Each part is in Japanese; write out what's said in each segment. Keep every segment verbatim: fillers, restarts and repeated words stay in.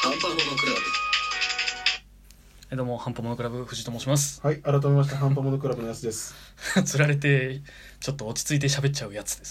ハンパモノクラブ。 えどうもハンパモノクラブ藤と申します。 はい、改めましてハンパモノクラブのやつです。 釣られてちょっと落ち着いて喋っちゃうやつです。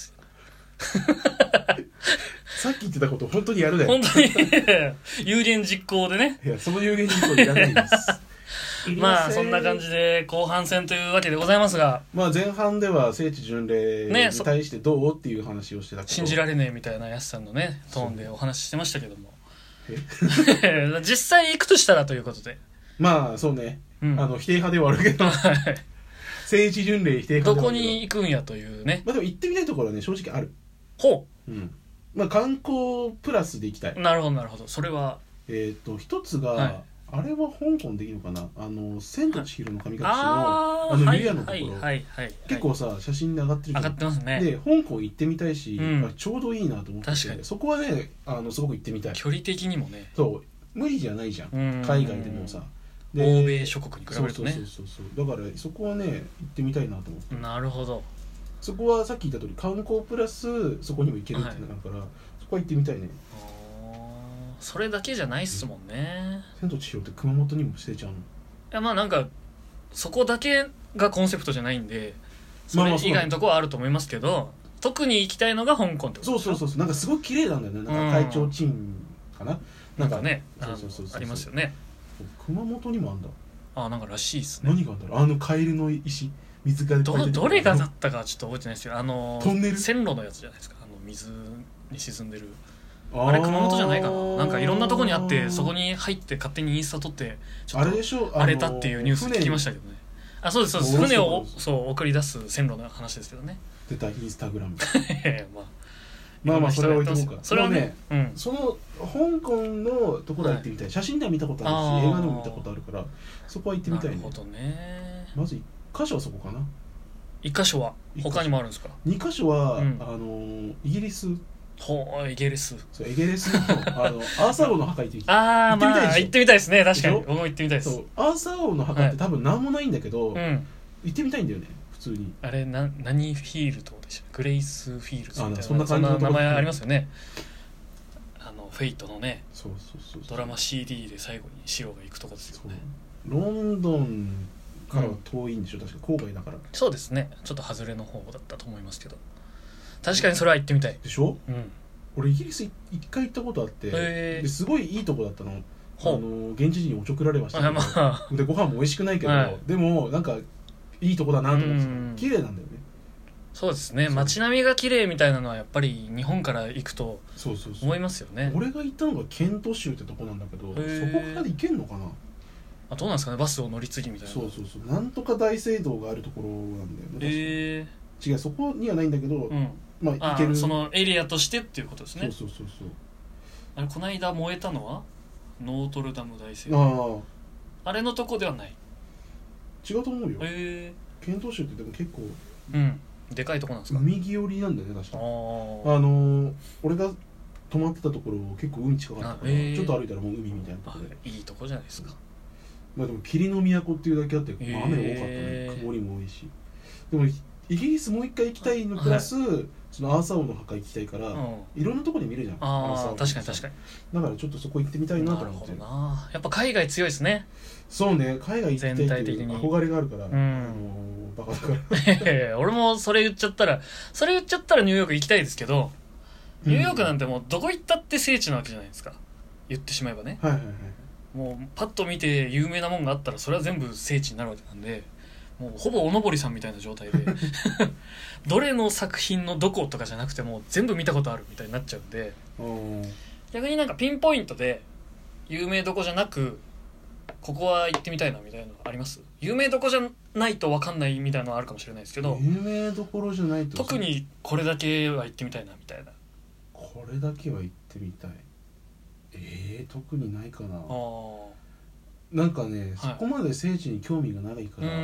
さっき言ってたこと本当にやるね。 本当に有言実行でね。 いや、その有言実行いらないんです。 まあそんな感じで後半戦というわけでございますが、 まあ前半では聖地巡礼に対してどうっていう話をしてたけど、 信じられねえみたいなやすさんのねトーンでお話ししてましたけども、 え実際行くとしたらということで、 まあそうね、 うん、 あの否定派ではあるけど聖地巡礼否定派ではあるけど、 どこに行くんやというね。 まあでも行ってみたいところはね正直ある。 ほう、うん、まあ観光プラスで行きたい。 なるほどなるほど。それはえっ、ー、と一つが、はい、あれは香港できるのかな、あの千と千尋の神隠しの あ, あのユリアのところ、はいはいはいはい、結構さ写真で上がってるじゃん。 上がってますね。 で香港行ってみたいし、うん、ちょうどいいなと思ってて、確かにそこはねあのすごく行ってみたい。 距離的にもね、 そう無理じゃないじゃん、海外でもさ、 で欧米諸国に比べるとね。 そうそうそうそう、だからそこはね行ってみたいなと思って。 なるほど。 そこはさっき言った通り観光プラスそこにも行けるっていうのがあるから、はい、そこは行ってみたいね。 それだけじゃないっすもんね。 千と千尋って熊本にも捨てちゃうの？いやまあなんかそこだけがコンセプトじゃないんで、それ以外のとこはあると思いますけど、まあまあ特に行きたいのが香港ってこと。 そうそうそうそう、なんかすごい綺麗なんだよね。なんか海潮鎮かな、 なんかね、そうそうそうそうありますよね。 熊本にもあんだ。 あ、なんからしいですね。 何があんだろう、あのカエルの石、水がど, どれがだったかちょっと覚えてないですけど、あのトンネル線路のやつじゃないですか、あの水に沈んでる。あれ熊本じゃないかな。なんかいろんなとこにあって、そこに入って勝手にインスタ撮ってちょっと荒れたっていうニュース聞きましたけどね。あ、そうですそうです。船をそう送り出す線路の話ですけどね。 出たインスタグラム。 まあまあまあそれは置いとこうか。 それはね、 うん、その香港のところは行ってみたい、はい、写真では見たことあるし映画でも見たことあるから、そこは行ってみたいね。 なるほどね。 まずいっかしょはそこかな。 いっかしょは他にもあるんですか？ にかしょは、うん、あのイギリス。 ほう、イギリス。 そう、イギリスのあのアーサー王の墓行ってみたい。 ああ、まあ行ってみたいですね。確かに僕も行ってみたいです。 そう、アーサー王の墓って多分なんもないんだけど、はい、うん、行ってみたいんだよね普通に。あれな何フィールドでした？グレイスフィールドみたいな、 そんな感じの名前ありますよね。あのフェイトのね、 そうそうそうそう、 ドラマ シーディー で最後にシロが行くとこですよね。 ロンドンからは遠いんでしょ、うん、確か郊外だから。 そうですね、ちょっと外れの方だったと思いますけど、確かにそれは行ってみたいでしょ。 うん、 俺イギリス一回行ったことあって、ですごいいいとこだったの。あの現地人におちょくられましたけど、まあ、でご飯も美味しくないけど、はい、でもなんかいいとこだなと思って、綺麗なんだよね。 そうですね、街並みが綺麗みたいなのはやっぱり日本から行くと思いますよね。 そうそうそう、俺が行ったのがケント州ってとこなんだけど、そこから行けんのかなあ。どうなんですかね、バスを乗り継ぎみたいな。 そうそうそう、なんとか大聖堂があるところなんだよね。 えー、違う、そこにはないんだけど、うん、まあ行ける、 そのエリアとしてっていうことですね。 そうそうそうそう。 あれこの間燃えたのはノートルダム大聖堂。ああれのとこではない。 違うと思うよ。 えー、ケント州ってでも結構、 うん、でかいとこなんですか。 海際りなんだよね確か。ああの俺が泊まってたところ結構海近かったから、えー、ちょっと歩いたらもう海みたいなところで、 いいとこじゃないですか。 まあでも霧の都っていうだけあって、えー、雨多かったね。曇りも多いし。でもイギリスもう一回行きたいのプラス、はい、そのアーサー王の墓行きたいから、うん、いろんなところで見るじゃん。 ああ確かに確かに。 だからちょっとそこ行ってみたいなと思って。 なるほどな。やっぱ海外強いですね。 そうね、海外行きたいっていう憧れがあるから、うん、あのバカだから俺もそれ言っちゃったらそれ言っちゃったらニューヨーク行きたいですけど、ニューヨークなんてもうどこ行ったって聖地なわけじゃないですか、言ってしまえばね。 はいはいはい。 もうパッと見て有名なもんがあったらそれは全部聖地になるわけなんで、もうほぼおのぼりさんみたいな状態でどれの作品のどことかじゃなくても全部見たことあるみたいになっちゃうんで、逆になんかピンポイントで有名どこじゃなくここは行ってみたいなみたいなのあります？有名どこじゃないと分かんないみたいなのはあるかもしれないですけど、 有名どころじゃないと特にこれだけは行ってみたいなみたいな。 これだけは行ってみたい、えー、特にないかな。あ、なんかね、はい、そこまで聖地に興味がないから、うん、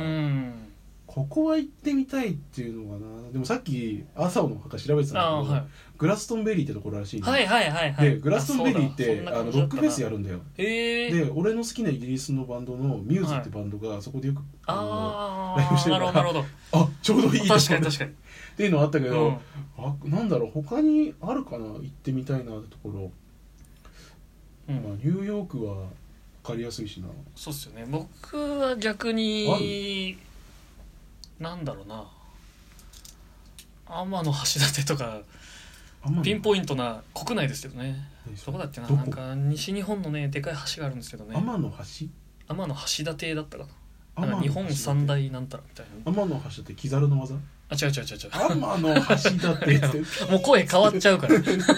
ここは行ってみたいっていうのかな。でもさっきアーサー王の墓調べてたんだけど、はい、グラストンベリーってところらしい、ね、 はいはいはいはい。 でグラストンベリーってあのロックフェスやるんだよ。へで俺の好きなイギリスのバンドのミューズってバンドがそこでよく、はい、あのライブしてるから、なるほどあちょうどいい確かに確かにっていうのはあったけど、うん、あなんだろう他にあるかな行ってみたいなってところ。 うん、まあ、ニューヨークは分かりやすいしな。 そうっすよね。僕は逆になんだろうな、天橋立とかピンポイントな国内ですけどね。どこだっけな、なんか西日本のねでかい橋があるんですけどね。 天橋天橋立だったかな。なんか日本三大なんたらみたいな。 天橋立キザルの技。 あ、違う違う違う違う。 天橋立ってもう声変わっちゃうから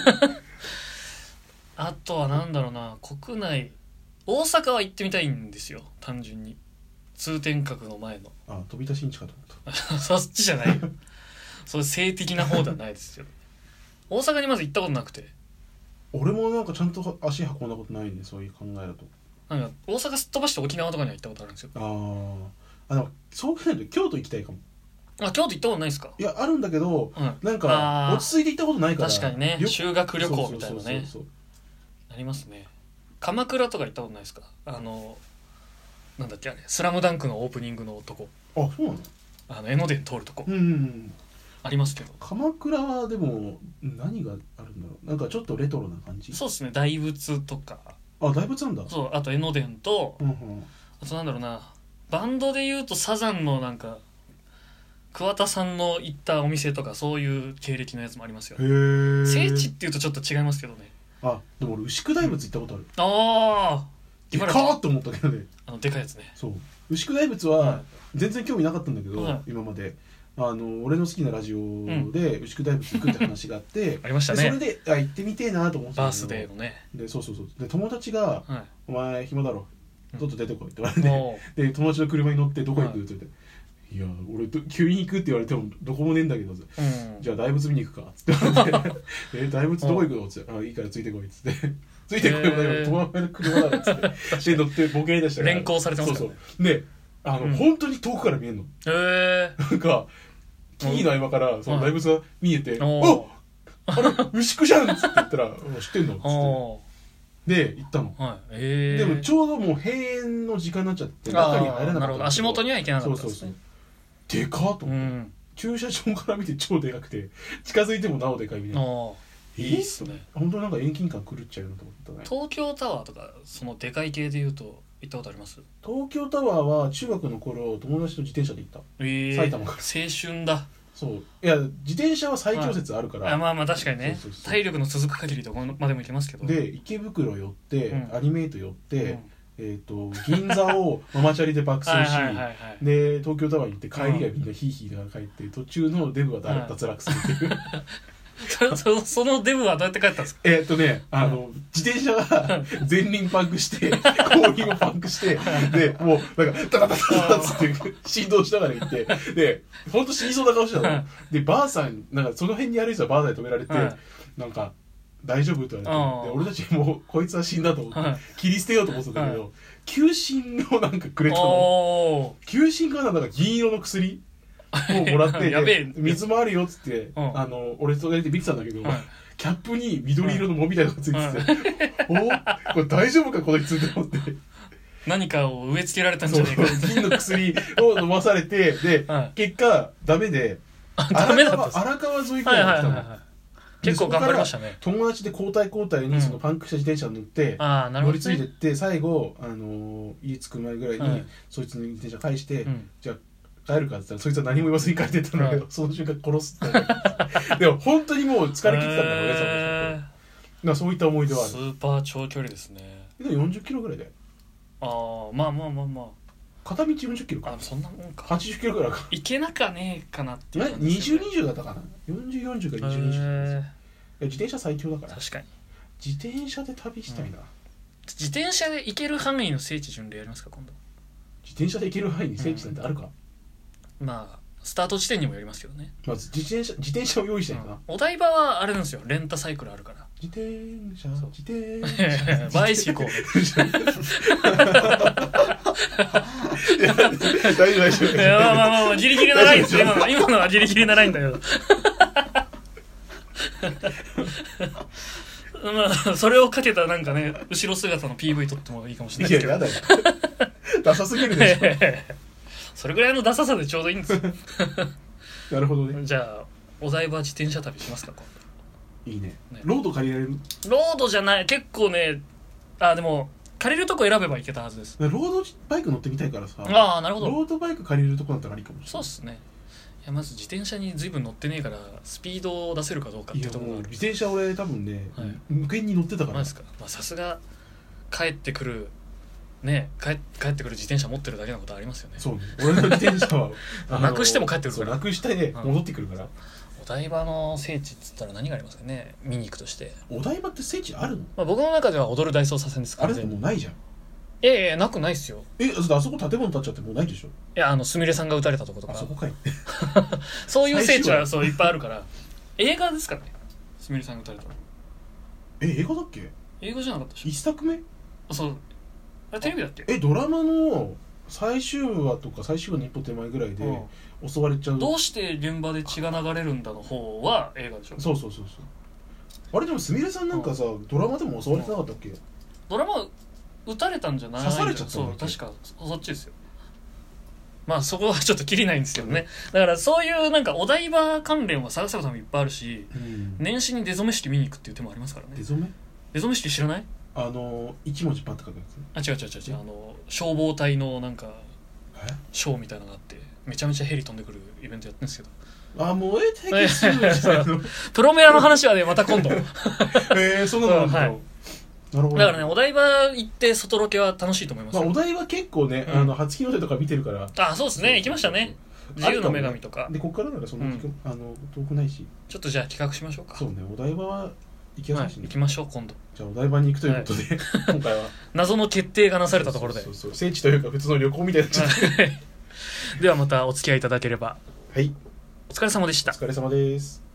あとはなんだろうな、国内大阪は行ってみたいんですよ、単純に。通天閣の前の。 あ、飛び出しんちかと思ったそっちじゃないよそういう性的な方ではないですよ大阪にまず行ったことなくて。 俺もなんかちゃんと足運んだことないんで、そういう考えだと。 なんか大阪すっ飛ばして沖縄とかには行ったことあるんですよ。 ああ、でもそう考えると京都行きたいかも。 あ、京都行ったことないですか。 いや、あるんだけど、 うん、 なんか落ち着いて行ったことないから。 確かにね、修学旅行みたいなね。 そうそうそうそうありますね。鎌倉とか行ったことないですか。あのなんだっけあれ、スラムダンクのオープニングのとこ。 あ、そうなの。 あの江ノ電通るとこ、 うんうんうん、 ありますけど。 鎌倉はでも何があるんだろう。なんかちょっとレトロな感じ。 そうですね、大仏とか。 あ、大仏なんだ。 そう、あと江ノ電と、 うんうん、 あとなんだろうな、バンドでいうとサザンのなんか桑田さんの行ったお店とか、そういう経歴のやつもありますよ。へー。聖地っていうとちょっと違いますけどね。 あ、でも俺牛久大仏行ったことある。 ああ、 でかーって思ったけどね。 あのでかいやつね。 そう、牛久大仏は全然興味なかったんだけど、 はい、 今まであの俺の好きなラジオで牛久大仏行くって話があって、 ありましたね。 それであ行ってみてえなと思ってたんだけど、 バースデーのね。 で、そうそうそう、で友達が、はい、お前暇だろ、ちょっと出てこいって言われて、で友達の車に乗ってどこ行くって言って、はい、いや俺急に行くって言われてもどこもねえんだけど、うん、じゃあ大仏見に行くかっつって言われてえ大仏どこ行くのっつって、あ、いいからついてこいっつってついてこいもだよ、友達の車だろっつってで乗ってボケ出したから連行されてますからね。 そうそうで、あの、うん、本当に遠くから見えるの。へえ。なんか木々の合間からその大仏が見えて、うん、おっあれ牛久じゃんっつって言ったら知ってんのっつってで行ったの、はい、えー、でもちょうどもう閉園の時間になっちゃって中に入らなかった。なるほど、 足元には行けなかったんですね。 そうそうそう、でかっと思って、うん、駐車場から見て超でかくて近づいてもなおでかいみたいな。いいっすね。本当になんか遠近感狂っちゃうなと思ったね。 東京タワーとかそのでかい系でいうと行ったことあります？ 東京タワーは中学の頃友達と自転車で行った、えー、埼玉から。 青春だ。そう、 いや自転車は最強説あるから、 はい、あ、まあまあ確かにね、そうそうそう、体力の続く限りどこまでも行けますけど。 で池袋寄って、うん、アニメイト寄って、うん、えー、と銀座をママチャリで爆走しで東京タワーに行って帰りがみんなヒーヒーだから帰って途中のデブは脱落するっていう、はいそ, そのデブはどうやって帰ったんですか？ えーっとね、あの、自転車が前輪パンクして、後輪もパンクして、で、もう、なんか、ダダダダダッつって振動しながら行って、で、ほんと死にそうな顔してたの。で、ばあさん、なんかその辺に歩いてたばあさんに止められて、なんか、大丈夫って言われて、で、俺たちもう、こいつは死んだと思って、切り捨てようと思ってたんだけど、球心をなんかくれたの。球心かな、なんか銀色の薬をもらってやべえ水もあるよっつって、うん、あの俺と出て見てたんだけど、はい、キャップに緑色の藻みたいなのがついてて、うん、おこれ大丈夫かこいつって思って何かを植え付けられたんじゃないか。 銀の薬を飲まされてで、はい、結果ダメでダメだった荒川沿いから来たの、はいはいはいはい、 結構頑張りましたね。 友達で交代交代にそのパンクした自転車に乗って、うん、乗り継いでって最後、あのー、家着く前ぐらいに、はい、そいつの自転車返して、うん、じゃあ帰るかって言ったらそいつは何も言わずに帰ってったんだけど、うん、その瞬間殺すってでも本当にもう疲れ切ってたんだろうね、えー、そのそういった思い出はある。 スーパー長距離ですね。 でもよんじゅっキロぐらいで、 ああ、まあまあまあまあ片道よんじゅっキロか。 あ、そんなもんか。 はちじゅっキロぐらいか。 行けなかねえかなっていう、ね、 にじゅう、にじゅうだったかな。よんじゅう、よんじゅうかにじゅう、にじゅう、えー、自転車最強だから。 確かに自転車で旅したいな、うん、 自転車で行ける範囲の聖地巡礼やりますか今度。 自転車で行ける範囲に聖地なんてあるか、 うん、まあスタート地点にもよりますけどね。 まず自転車自転車を用意したいな、うん、 お台場はあれなんですよ、レンタサイクルあるから。 自転車自転車バイシコ大丈夫大丈夫。 いやまあまあまあギリギリ長いですよ。今の今のはギリギリ長いんだけどまあそれをかけたなんかね後ろ姿の ピーブイ 撮ってもいいかもしれないですけど。いややだよダサすぎるでしょそれぐらいのダサさでちょうどいいんですよなるほどね。 じゃあお台場自転車旅しますか今度。いい ね, ねロード借りられる？ ロードじゃない、結構ねあでも借りるとこ選べば行けたはずです。 ロードバイク乗ってみたいからさ。 ああなるほど。 ロードバイク借りるとこだったらありかもしれない。 そうっすね。いやまず自転車に随分乗ってねえからスピードを出せるかどうかっていうところがある。 自転車俺多分ね、はい、無限に乗ってたから。 さすが帰ってくるね帰帰ってくる自転車持ってるだけのことありますよね。 そうね。俺の自転車はなくしても帰ってくるから。 なくしてね戻ってくるから。 お台場の聖地っつったら何がありますかね、見に行くとして。 お台場って聖地あるの？ まあ、僕の中では踊る大捜査線ですから。 あれってもうないじゃん。 ええなくないっすよ。 えあそこ建物建っちゃってもうないでしょ。いやあのすみれさんが撃たれたとことか。 あそこかいそういう聖地はそういっぱいあるから映画ですからね、すみれさんが撃たれたの。 え映画だっけ？ 映画じゃなかったでしょ。 一作目？ あそうあれテレビだっけ？ えドラマの最終話とか最終話の一歩手前ぐらいで襲われちゃう。 どうして現場で血が流れるんだの方は映画でしょ。 そうそうそうそう。あれでもすみれさんなんかさ、ドラマでも襲われてなかったっけ？ ドラマ撃たれたんじゃない？ 刺されちゃったんだっけ？ そう確かそっちですよ。まあそこはちょっと切りないんですけどね。だからそういうなんかお台場関連は探せば多分いっぱいあるし、うん、年始に出初め式見に行くっていう手もありますからね。 出初め？ 出初め式知らない？あの一文字パッと書くやつ。あ違う違う違う違う、あの消防隊のなんかショーみたいなのがあってめちゃめちゃヘリ飛んでくるイベントやってるんですけど。 あもうええー、プロメアの話はねまた今度。えー、そんなのなんだろう。なるほど。 だからねお台場行って外ロケは楽しいと思います。 まあ、お台場結構ね、うん、あの初日の出とか見てるから。 あそうですね行きましたね。自由の女神とか。 でここからならそんな、うん、あの遠くないし。 ちょっとじゃあ企画しましょうか。 そうねお台場は行きやすいしね、 はい、行きましょう今度。 じゃあお台場に行くということで、はい、今回は謎の決定がなされたところで。 そうそうそう聖地というか普通の旅行みたいになっちゃってではまたお付き合いいただければ。 はいお疲れ様でした。 お疲れ様です。